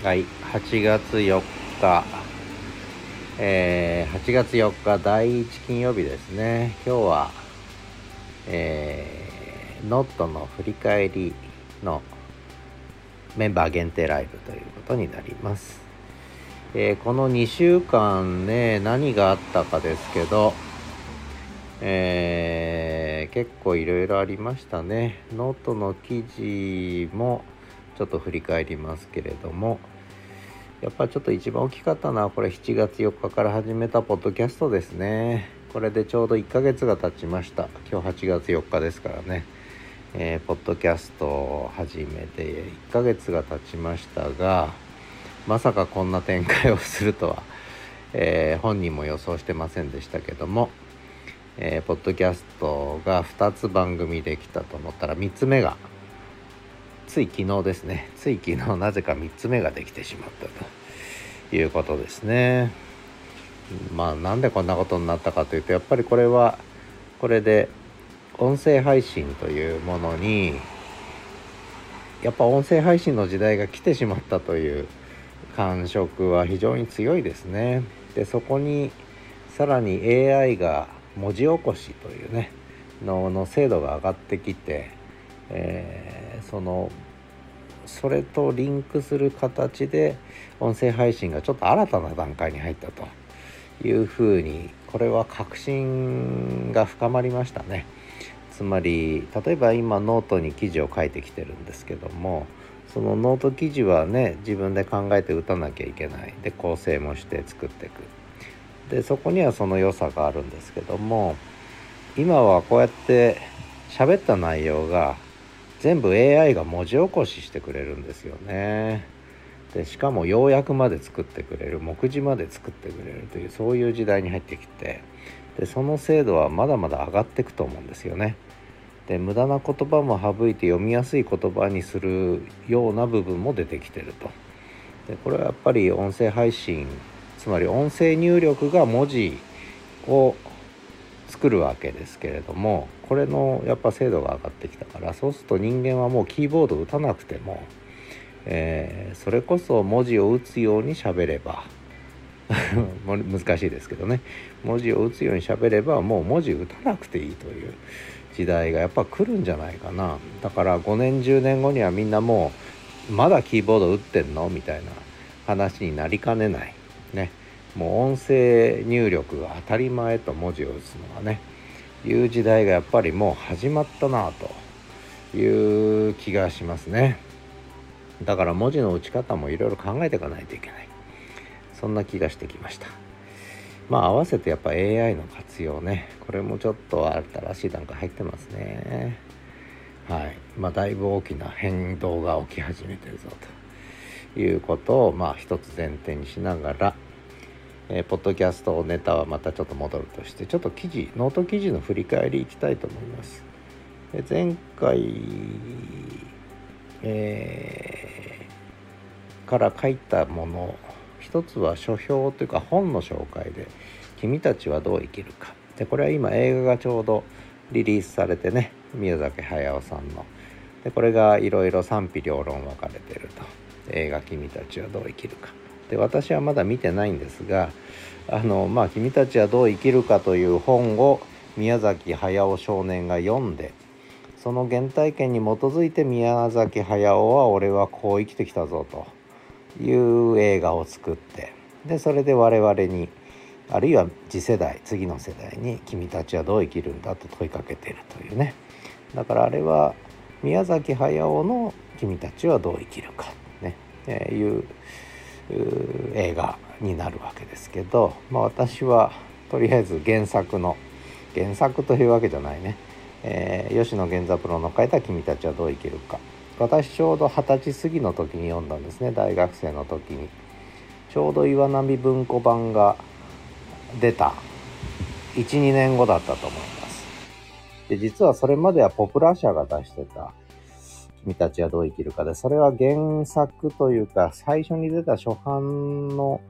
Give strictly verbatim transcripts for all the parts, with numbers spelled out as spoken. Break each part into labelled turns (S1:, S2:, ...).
S1: はい、はちがつよっか、えー、はちがつよっか第一金曜日ですね。今日は、えー、ノットの振り返りのメンバー限定ライブということになります。えー、このにしゅうかんね、何があったかですけど、えー、結構いろいろありましたね。ノートの記事もちょっと振り返りますけれども、やっぱちょっと一番大きかったのはこれしちがつよっかから始めたポッドキャストですね。これでちょうどいっかげつが経ちました。今日はちがつよっかですからね、えー、ポッドキャストを始めていっかげつが経ちましたが、まさかこんな展開をするとは、えー、本人も予想してませんでしたけども、えー、ポッドキャストがふたつ番組できたと思ったらみっつめがつい昨日ですね。つい昨日なぜかみっつめができてしまったということですね。まあなんでこんなことになったかというと、やっぱりこれはこれで音声配信というものに、やっぱ音声配信の時代が来てしまったという感触は非常に強いですね。でそこにさらに エーアイ が文字起こしというねのの精度が上がってきて、えー、そのそれとリンクする形で音声配信がちょっと新たな段階に入ったというふうに、これは確信が深まりましたね。つまり例えば今ノートに記事を書いてきてるんですけども、そのノート記事はね自分で考えて打たなきゃいけない。で構成もして作っていく。でそこにはその良さがあるんですけども、今はこうやって喋った内容が全部 エーアイ が文字起こししてくれるんですよね。でしかも要約まで作ってくれる、目次まで作ってくれるという、そういう時代に入ってきて、でその精度はまだまだ上がっていくと思うんですよね。で無駄な言葉も省いて読みやすい言葉にするような部分も出てきてると。でこれはやっぱり音声配信、つまり音声入力が文字を作るわけですけれども、これのやっぱ精度が上がってきたから、そうすると人間はもうキーボード打たなくても、えー、それこそ文字を打つように喋れば難しいですけどね、文字を打つように喋ればもう文字打たなくていいという時代がやっぱ来るんじゃないかな。だからごねんじゅうねんごにはみんなもうまだキーボード打ってんのみたいな話になりかねないね。もう音声入力が当たり前と文字を打つのがねいう時代がやっぱりもう始まったなという気がしますね。だから文字の打ち方もいろいろ考えていかないといけない、そんな気がしてきました。まあ合わせてやっぱ エーアイ の活用ね、これもちょっと新しい段階入ってますね。はい、まあだいぶ大きな変動が起き始めてるぞということをまあ一つ前提にしながら、えー、ポッドキャストネタはまたちょっと戻るとして、ちょっと記事ノート記事の振り返りいきたいと思います。で前回、えー、から書いたもの、一つは書評というか本の紹介で、君たちはどう生きるか。でこれは今映画がちょうどリリースされてね、宮崎駿さんの。でこれがいろいろ賛否両論分かれていると。映画君たちはどう生きるか。で私はまだ見てないんですが、あのまあ君たちはどう生きるかという本を宮崎駿少年が読んで、その原体験に基づいて宮崎駿は俺はこう生きてきたぞという映画を作って、でそれで我々に、あるいは次世代次の世代に君たちはどう生きるんだと問いかけているというね。だからあれは宮崎駿の君たちはどう生きるかね、えー、いう映画になるわけですけど、まあ、私はとりあえず原作の原作というわけじゃないね、えー、吉野源三郎の書いた君たちはどう生きるか、私ちょうど二十歳過ぎの時に読んだんですね。大学生の時にちょうど岩波文庫版が出た いち,に 年後だったと思います。で実はそれまではポプラ社が出してた君たちはどう生きるかで、それは原作というか最初に出た初版の、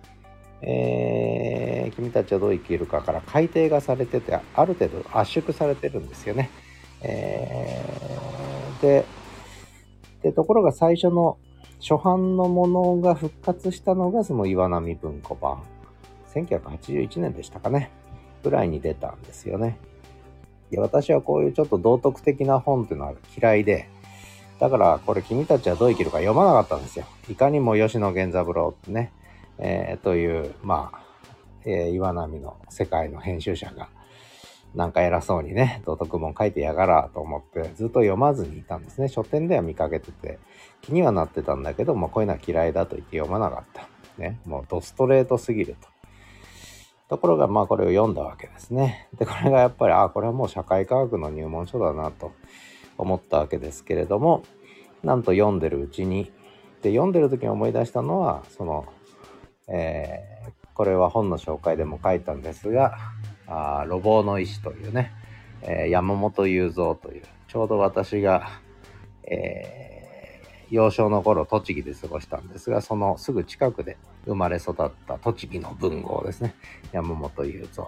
S1: えー、君たちはどう生きるかから改訂がされてて、ある程度圧縮されてるんですよね。えー、ででところが最初の初版のものが復活したのがその岩波文庫版。せんきゅうひゃくはちじゅういちねんでしたかね。ぐらいに出たんですよね。で、私はこういうちょっと道徳的な本っていうのは嫌いで、だからこれ君たちはどう生きるか読まなかったんですよ。いかにも吉野源三郎ってね、えー、という、まあ、えー、岩波の世界の編集者が、なんか偉そうにね、道徳本書いてやがらと思ってずっと読まずにいたんですね。書店では見かけてて気にはなってたんだけど、もうこういうのは嫌いだと言って読まなかった。ね、もうドストレートすぎると。ところがまあこれを読んだわけですね。で、これがやっぱり、あ、これはもう社会科学の入門書だなと思ったわけですけれども、なんと読んでるうちに、で、読んでる時に思い出したのは、その、えー、これは本の紹介でも書いたんですが、あ路傍の石というね、えー、山本雄三という、ちょうど私が、えー、幼少の頃栃木で過ごしたんですが、そのすぐ近くで生まれ育った栃木の文豪ですね、山本雄三、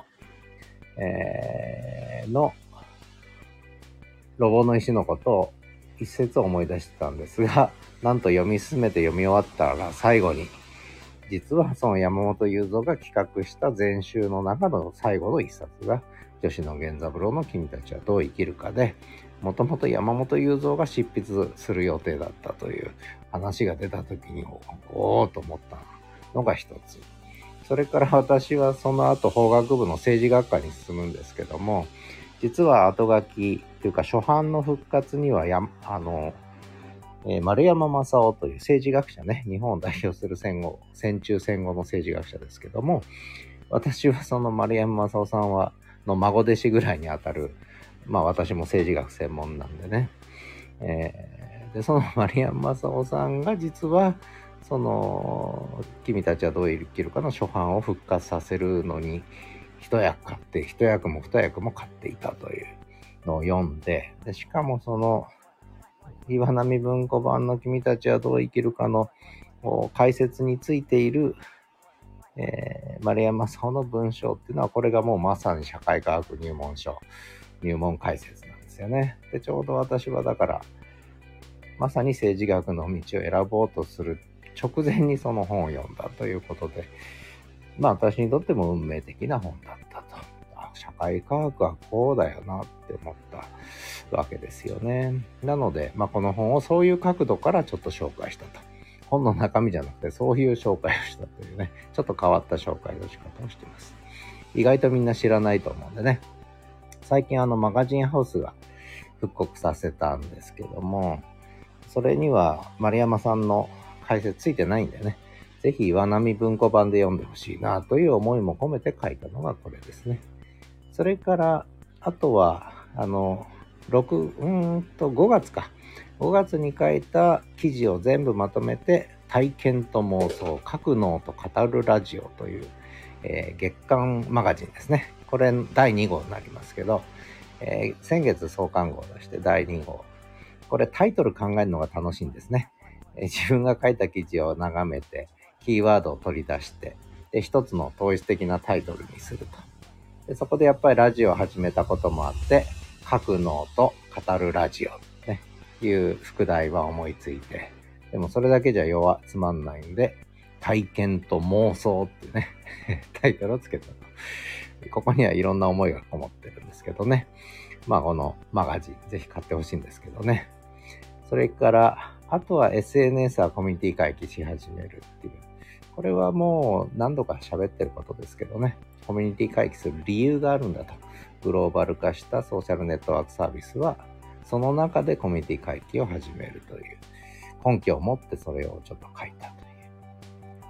S1: えー、の路傍の石のことを一節を思い出してたんですが、なんと読み進めて読み終わったら最後に、実はその山本雄三が企画した全集の中の最後の一冊が吉野源三郎の君たちはどう生きるかで、もともと山本雄三が執筆する予定だったという話が出た時に、おおーと思ったのが一つ。それから私はその後法学部の政治学科に進むんですけども、実は後書きというか初版の復活にはやあのえー、丸山正夫という政治学者ね、日本を代表する戦後、戦中戦後の政治学者ですけども、私はその丸山正夫さんはの孫弟子ぐらいにあたる、まあ私も政治学専門なんでね、えー、でその丸山正夫さんが実はその君たちはどう生きるかの初版を復活させるのに一役買って一役も二役も買っていたというのを読んで、でしかもその岩波文庫版の君たちはどう生きるかの解説についている、えー、丸山正夫の文章っていうのは、これがもうまさに社会科学入門書、入門解説なんですよね。で、ちょうど私はだから、まさに政治学の道を選ぼうとする直前にその本を読んだということで、まあ私にとっても運命的な本だったと。社会科学はこうだよなって思ったわけですよね。なので、まあ、この本をそういう角度からちょっと紹介したと。本の中身じゃなくてそういう紹介をしたというね、ちょっと変わった紹介の仕方をしています。意外とみんな知らないと思うんでね。最近あのマガジンハウスが復刻させたんですけども、それには丸山さんの解説ついてないんでね、ぜひ岩波文庫版で読んでほしいなという思いも込めて書いたのがこれですね。それから、あとは、あの、6、うーんとごがつか。ごがつに書いた記事を全部まとめて、体験と妄想、書く脳と語るラジオという、えー、月刊マガジンですね。これだいに号になりますけど、えー、先月創刊号を出してだいに号。これタイトル考えるのが楽しいんですね。えー、自分が書いた記事を眺めて、キーワードを取り出して、で、一つの統一的なタイトルにすると。でそこでやっぱりラジオを始めたこともあって、書く脳と語るラジオね、いう副題は思いついて、でもそれだけじゃ弱つまんないんで、体験と妄想ってね、タイトルをつけたと。ここにはいろんな思いがこもってるんですけどね。まあこのマガジン、ぜひ買ってほしいんですけどね。それから、あとは エスエヌエス はコミュニティ回帰し始めるっていう。これはもう何度か喋ってることですけどね。コミュニティ回帰する理由があるんだと。グローバル化したソーシャルネットワークサービスは、その中でコミュニティ回帰を始めるという根拠を持ってそれをちょっと書いたという。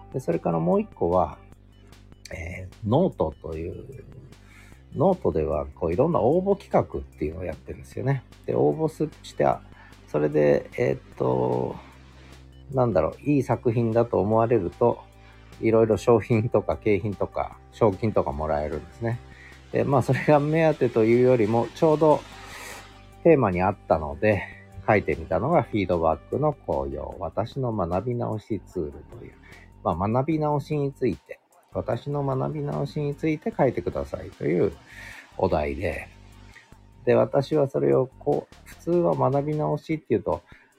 S1: でそれからもう一個は、えー、ノートという、ノートではこういろんな応募企画っていうのをやってるんですよね。で、応募して、それで、えー、っと、なんだろう、いい作品だと思われると、いろいろ商品とか景品とか賞金とかもらえるんですね。で、まあそれが目当てというよりもちょうどテーマにあったので書いてみたのがフィードバックの効用、私の学び直しツールという、まあ学び直しについて、私の学び直しについて書いてくださいというお題で、で、私はそれをこう、普通は学び直しっていうと、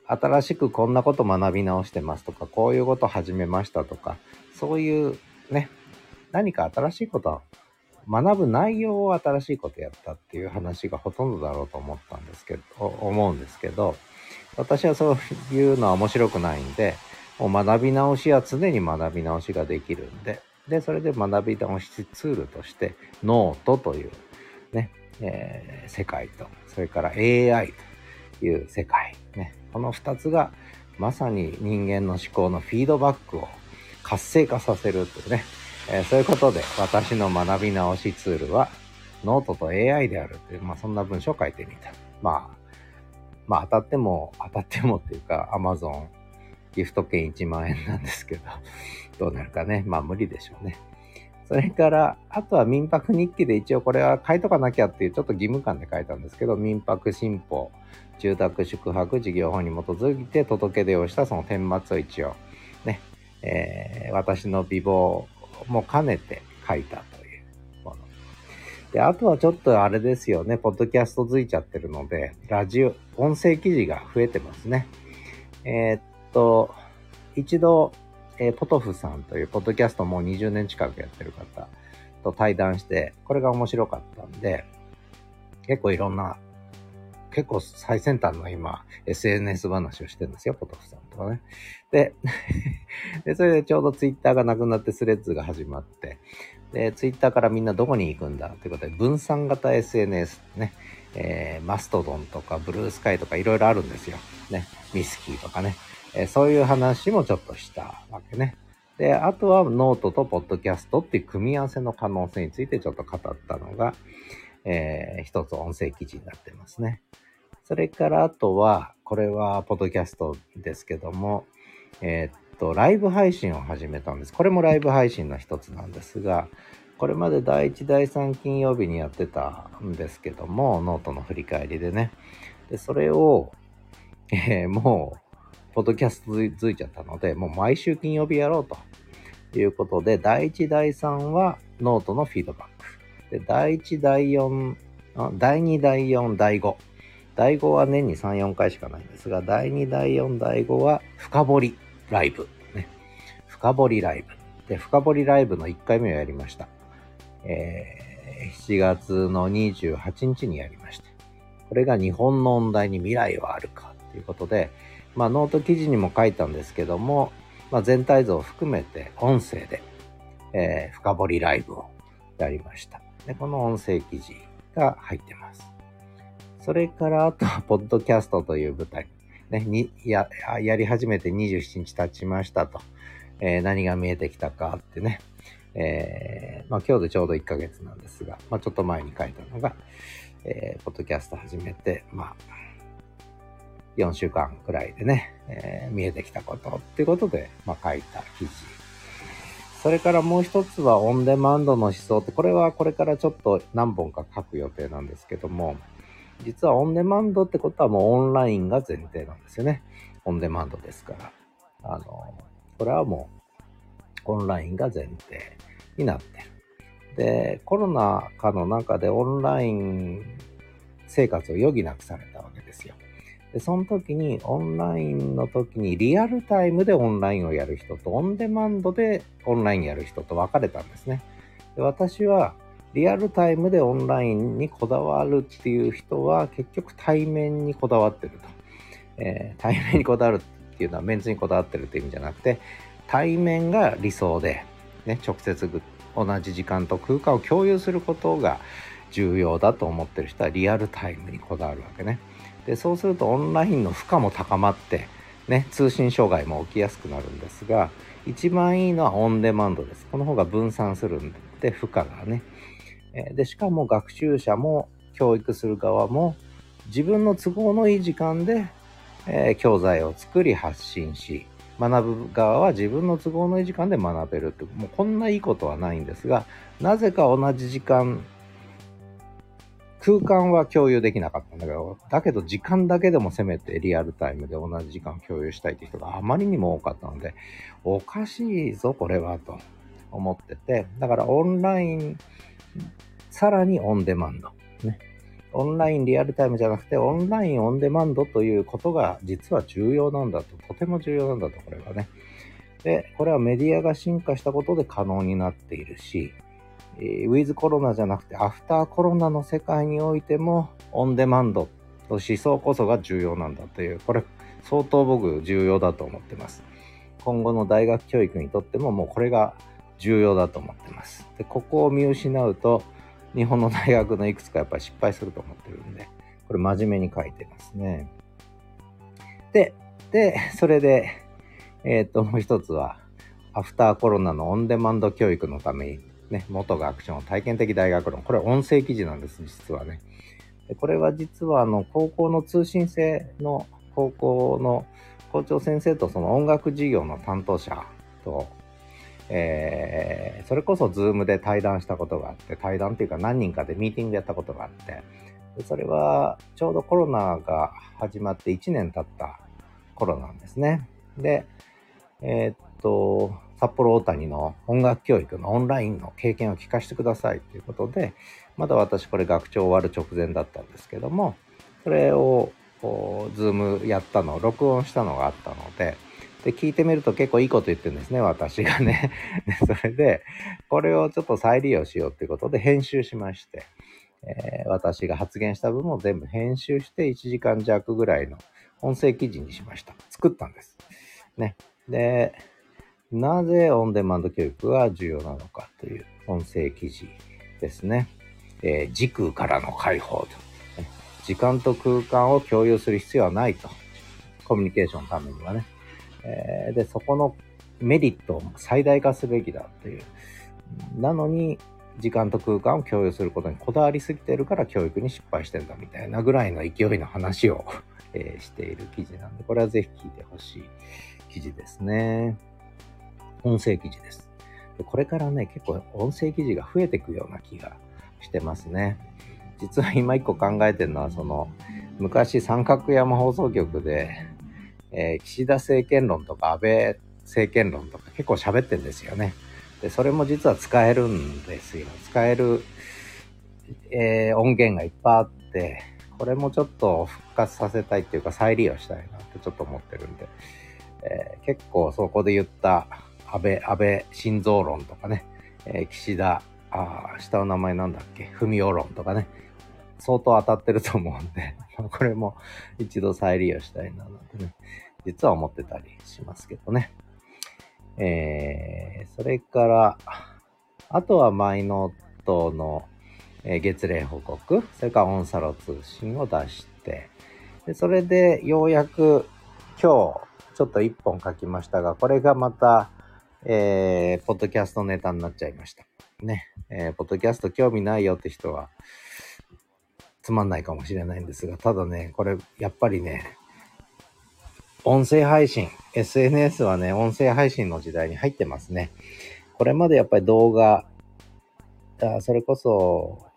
S1: 新しくこんなこと学び直してますとか、こういうこと始めましたとか、そういうね、何か新しいこと、学ぶ内容を新しいことやったっていう話がほとんどだろうと思ったんですけど、思うんですけど、私はそういうのは面白くないんで、もう学び直しは常に学び直しができるんで、で、それで学び直しツールとして、ノートというね、えー世界と、それから エーアイ という世界、ね、この二つがまさに人間の思考のフィードバックを活性化させるというね、えーそういうことで私の学び直しツールはノートと エーアイ であるという、まあそんな文章を書いてみた。まあ、まあ当たっても当たってもっていうか Amazon ギフト券いちまんえんなんですけど、どうなるかね。まあ無理でしょうね。それから、あとは民泊日記で一応これは書いとかなきゃっていうちょっと義務感で書いたんですけど、民泊新法、住宅宿泊事業法に基づいて届け出をしたその顛末を一応ね、えー私の美貌も兼ねて書いたというもの。で、あとはちょっとあれですよね、ポッドキャストづいちゃってるので、ラジオ、音声記事が増えてますね。えーっと、一度、えーポトフさんというポッドキャストもうにじゅうねん近くやってる方と対談して、これが面白かったんで、結構いろんな、結構最先端の今、エスエヌエス 話をしてるんですよ、ポトフさんとかね。で、でそれでちょうどツイッターがなくなってスレッズが始まって、で、ツイッターからみんなどこに行くんだということで、分散型 エスエヌエス ね、えーマストドンとかブルースカイとかいろいろあるんですよ。ね、ミスキーとかね。えーそういう話もちょっとしたわけね。で、あとはノートとポッドキャストっていう組み合わせの可能性についてちょっと語ったのが、えー一つ音声記事になってますね。それからあとは、これはポッドキャストですけども、えーっと、ライブ配信を始めたんです。これもライブ配信の一つなんですが、これまでだいいち、だいさん金曜日にやってたんですけども、ノートの振り返りでね。で、それを、えーもう、ポッドキャストづいついちゃったので、もう毎週金曜日やろうということで、だいいち、だいさんはノートのフィードバック。で、だいいち、だいよん、あだいに、だいよん、だいご。だいごは年にさん、よんかいしかないんですが、だいに、だいよん、だいごは深掘りライブ。ね。深掘りライブ。で、深掘りライブのいっかいめをやりました。えー、しちがつのにじゅうはちにちにやりました。これが日本の音大に未来はあるかということで、まあノート記事にも書いたんですけども、まあ全体像を含めて音声で、えー深掘りライブをやりました。で、この音声記事が入ってます。それからあとは、ポッドキャストという舞台、ね、にや、やり始めてにじゅうしちにち経ちましたと、えー何が見えてきたかってね、えーまあ今日でちょうどいっかげつなんですが、まあちょっと前に書いたのが、えーポッドキャスト始めて、まあ、よんしゅうかんくらいでね、えー見えてきたことっていうことで、まあ書いた記事。それからもう一つはオンデマンドの思想って、これはこれからちょっと何本か書く予定なんですけども、実はオンデマンドってことはもうオンラインが前提なんですよね。オンデマンドですから。あの、これはもうオンラインが前提になってる。で、コロナ禍の中でオンライン生活を余儀なくされたわけですよ。で、その時にオンラインの時にリアルタイムでオンラインをやる人とオンデマンドでオンラインやる人と分かれたんですね。で、私はリアルタイムでオンラインにこだわるっていう人は結局対面にこだわってると。えー対面にこだわるっていうのはメンツにこだわってるっていう意味じゃなくて、対面が理想で、ね、直接同じ時間と空間を共有することが重要だと思ってる人はリアルタイムにこだわるわけね。で、そうするとオンラインの負荷も高まって、ね、通信障害も起きやすくなるんですが、一番いいのはオンデマンドです。この方が分散するんで、負荷がね。えーで、しかも学習者も教育する側も自分の都合のいい時間で、えー教材を作り発信し、学ぶ側は自分の都合のいい時間で学べるって、もうこんないいことはないんですが、なぜか同じ時間、空間は共有できなかったんだけど、だけど時間だけでもせめてリアルタイムで同じ時間を共有したいって人があまりにも多かったので、おかしいぞこれはと思ってて、だからオンライン、さらにオンデマンド、ね、 オンラインリアルタイムじゃなくてオンラインオンデマンドということが実は重要なんだと、とても重要なんだと、これはね。で、これはメディアが進化したことで可能になっているし、ウィズコロナじゃなくてアフターコロナの世界においてもオンデマンドの思想こそが重要なんだという、これ相当僕重要だと思ってます。今後の大学教育にとってももうこれが重要だと思ってます。で、ここを見失うと日本の大学のいくつかやっぱり失敗すると思ってるんで、これ真面目に書いてますね。で、で、それで、えっと、もう一つは、アフターコロナのオンデマンド教育のために、ね、元学長の体験的大学論。これ音声記事なんです、実はね。でこれは実は、あの、高校の通信制の高校の校長先生とその音楽事業の担当者と、えー、それこそズームで対談したことがあって、対談っていうか何人かでミーティングやったことがあって、でそれはちょうどコロナが始まっていちねん経った頃なんですね。で、えー、っと、札幌大谷の音楽教育のオンラインの経験を聞かせてくださいということで、まだ私これ学長終わる直前だったんですけども、それをズームやったのを録音したのがあったので、で聞いてみると結構いいこと言ってるんですね、私がね。でそれでこれをちょっと再利用しようということで編集しまして、えー、私が発言した部分を全部編集していちじかん弱ぐらいの音声記事にしました。作ったんですね。で、なぜオンデマンド教育が重要なのかという音声記事ですね。えー、時空からの解放と、ね、時間と空間を共有する必要はないと、コミュニケーションのためにはね。えー、で、そこのメリットを最大化すべきだという。なのに、時間と空間を共有することにこだわりすぎてるから教育に失敗してんだみたいなぐらいの勢いの話を、えー、している記事なんで、これはぜひ聞いてほしい記事ですね。音声記事です。でこれからね、結構音声記事が増えていくような気がしてますね。実は今一個考えてるのは、その昔三角山放送局で、えー、岸田政権論とか安倍政権論とか結構喋ってるんですよね。でそれも実は使えるんですよ。使える、えー、音源がいっぱいあって、これもちょっと復活させたいっていうか再利用したいなってちょっと思ってるんで、えー、結構そこで言った安倍、安倍晋三論とかね、えー、岸田、あ下の名前なんだっけ、文雄論とかね、相当当たってると思うんで、これも一度再利用したいななんてね、実は思ってたりしますけどね。えー、それから、あとはマイノートの月例報告、それからオンサロ通信を出して、でそれでようやく今日ちょっと一本書きましたが、これがまた、えー、ポッドキャストネタになっちゃいました。ね、えー、ポッドキャスト興味ないよって人はつまんないかもしれないんですが、ただね、これやっぱりね、音声配信、エスエヌエス はね、音声配信の時代に入ってますね。これまでやっぱり動画、あそれこそ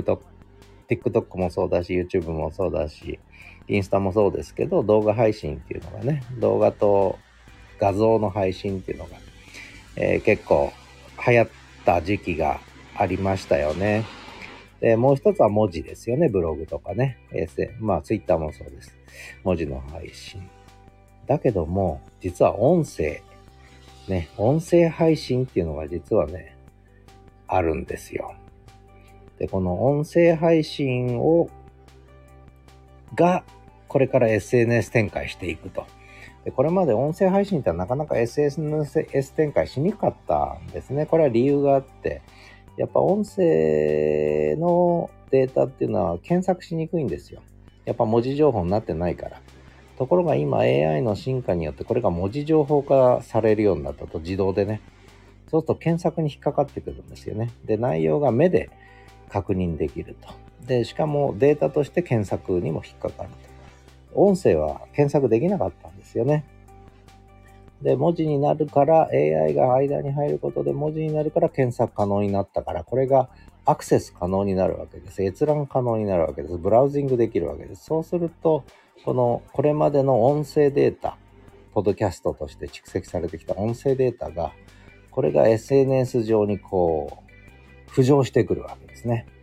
S1: TikTok、TikTok もそうだし、YouTube もそうだし、インスタもそうですけど、動画配信っていうのがね、動画と画像の配信っていうのが、えー、結構流行った時期がありましたよね。で、もう一つは文字ですよね。ブログとかね。エスエヌ、まあ Twitter もそうです。文字の配信。だけども、実は音声、ね、音声配信っていうのが実はね、あるんですよ。で、この音声配信を、が、これから エスエヌエス 展開していくと。で、これまで音声配信ってなかなか エスエヌエス 展開しにくかったんですね。これは理由があって、やっぱ音声のデータっていうのは検索しにくいんですよ。やっぱ文字情報になってないから。ところが今 エーアイ の進化によってこれが文字情報化されるようになったと、自動でね。そうすると検索に引っかかってくるんですよね。で、内容が目で確認できると。で、しかもデータとして検索にも引っかかると。音声は検索できなかったんですよね。で、文字になるから エーアイ が間に入ることで文字になるから検索可能になったから、これがアクセス可能になるわけです。閲覧可能になるわけです。ブラウジングできるわけです。そうすると、この、これまでの音声データ、ポッドキャストとして蓄積されてきた音声データが、これが エスエヌエス 上にこう、浮上してくるわけですね。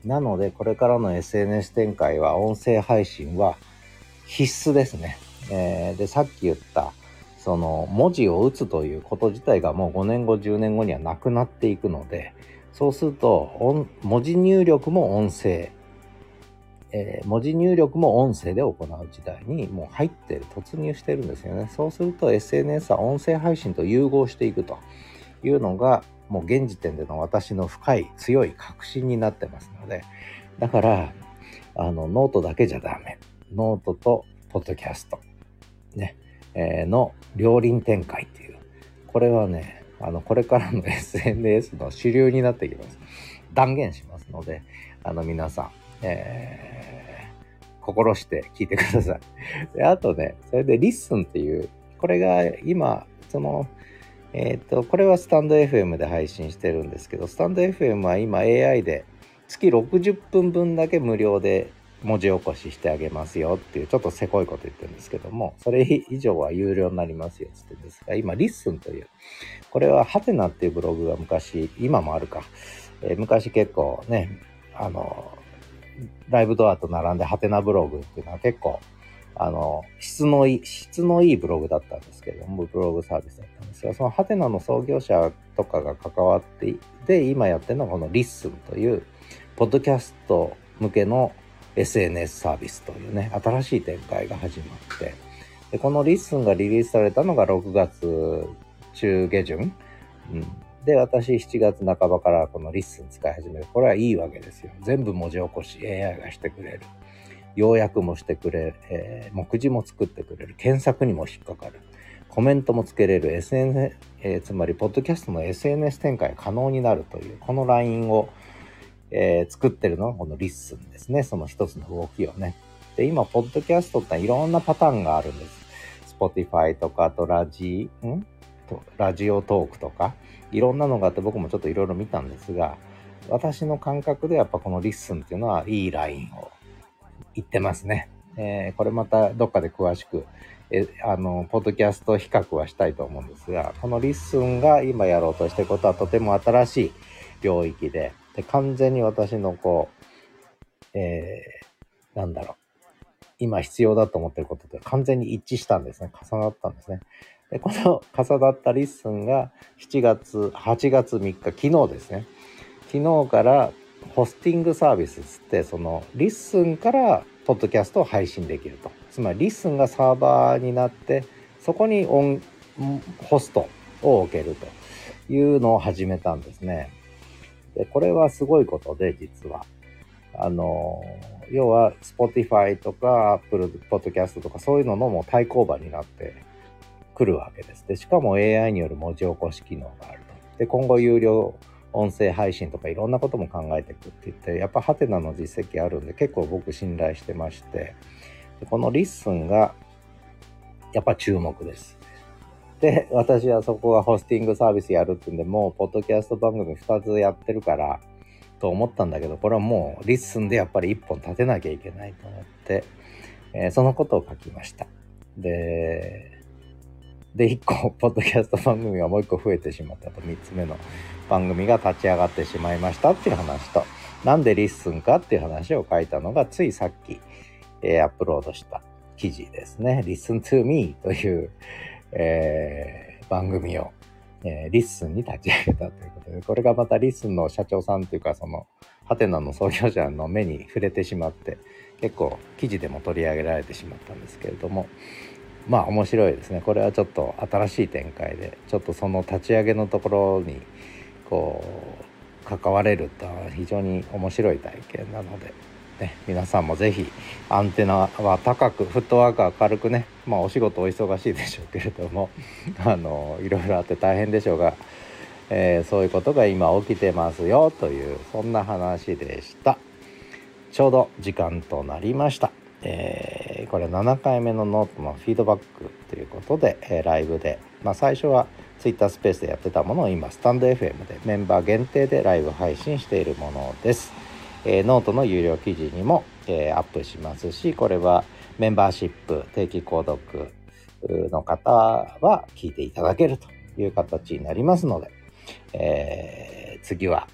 S1: なのでこれからの エスエヌエス 展開は音声配信は必須ですね。えー、でさっき言ったその文字を打つということ自体がもうごねんごじゅうねんごにはなくなっていくので、そうすると音文字入力も音声、えー、文字入力も音声で行う時代にもう入ってる突入してるんですよね。そうすると エスエヌエス は音声配信と融合していくというのがもう現時点での私の深い強い確信になってますので、だからあのノートだけじゃダメ、ノートとポッドキャストね、えー、の両輪展開っていう、これはねあのこれからの エスエヌエス の主流になってきます。断言しますので、あの皆さん、えー、心して聞いてください。であとね、それでリッスンっていう、これが今そのえっとこれはスタンド エフエム で配信してるんですけど、スタンド エフエム は今 エーアイ で月ろくじゅっぷんぶんだけ無料で文字起こししてあげますよっていう、ちょっとせこいこと言ってるんですけども、それ以上は有料になりますよって言ってるんですが、今リッスンという、これはハテナっていうブログが昔、今もあるか、えー、昔結構ね、あのライブドアと並んでハテナブログっていうのは結構あの質のいい質のいいブログだったんですけれども、ブログサービスだったんですが、そのハテナの創業者とかが関わってで今やってるのがこのリッスンというポッドキャスト向けの エスエヌエス サービスというね、新しい展開が始まって、でこのリッスンがリリースされたのがろくがつ中下旬、うん、で私しちがつなかばからこのリッスン使い始める。これはいいわけですよ。全部文字起こし エーアイ がしてくれる、要約もしてくれる、えー、目次も作ってくれる、検索にも引っかかる、コメントもつけれる エスエヌエス、えー、つまりポッドキャストの エスエヌエス 展開が可能になるという、このラインを、えー、作ってるのがこのリッスンですね。その一つの動きをね。で今ポッドキャストっていろんなパターンがあるんです。 Spotify とか、あとラジんとラジオトークとかいろんなのがあって、僕もちょっといろいろ見たんですが、私の感覚でやっぱこのリッスンっていうのはいいラインを言ってますね。えー、これまたどっかで詳しくえあのポッドキャスト比較はしたいと思うんですが、このリッスンが今やろうとしていることはとても新しい領域で、で完全に私のこう、えー、なんだろう、今必要だと思っていることと完全に一致したんですね。重なったんですね。でこの重なったリッスンがしちがつはちがつみっか、昨日ですね、昨日からホスティングサービスつって、そのリッスンからポッドキャストを配信できると。つまりリッスンがサーバーになって、そこにオンホストを置けるというのを始めたんですね。でこれはすごいことで、実はあの要は Spotify とか Apple Podcast とかそういうののも対抗馬になってくるわけです。でしかも エーアイ による文字起こし機能があると。で今後有料音声配信とかいろんなことも考えていくって言って、やっぱハテナの実績あるんで結構僕信頼してまして、でこのリッスンがやっぱ注目です。で私はそこがホスティングサービスやるっていうんで、もうポッドキャスト番組ふたつやってるからと思ったんだけど、これはもうリッスンでやっぱりいっぽん立てなきゃいけないと思って、えー、そのことを書きました。ででいっこポッドキャスト番組がもういっこ増えてしまったと、みっつめの番組が立ち上がってしまいましたっていう話と、なんでリッスンかっていう話を書いたのがついさっき、えー、アップロードした記事ですね。 Listen to Me という、えー、番組を、えー、リッスンに立ち上げたということで、これがまたリッスンの社長さんというか、そのハテナの創業者の目に触れてしまって、結構記事でも取り上げられてしまったんですけれども、まあ面白いですね。これはちょっと新しい展開で、ちょっとその立ち上げのところにこう関われると非常に面白い体験なので、ね、皆さんもぜひアンテナは高く、フットワークは軽くね、まあお仕事お忙しいでしょうけれどもあのいろいろあって大変でしょうが、えー、そういうことが今起きてますよという、そんな話でした。ちょうど時間となりました。えー、これななかいめのノートのフィードバックということで、えー、ライブで、まあ、最初はツイッタースペースでやってたものを今スタンド エフエム でメンバー限定でライブ配信しているものです。えー、ノートの有料記事にも、えー、アップしますし、これはメンバーシップ定期購読の方は聞いていただけるという形になりますので、えー、次は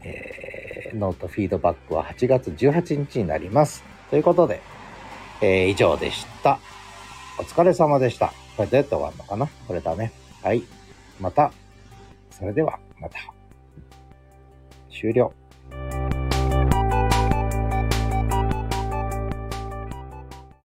S1: えー、ノートフィードバックははちがつじゅうはちにちになります。ということで、えー、以上でした。お疲れ様でした。これどうやって終わるのかな？これだね。はい。また。それではまた。終了。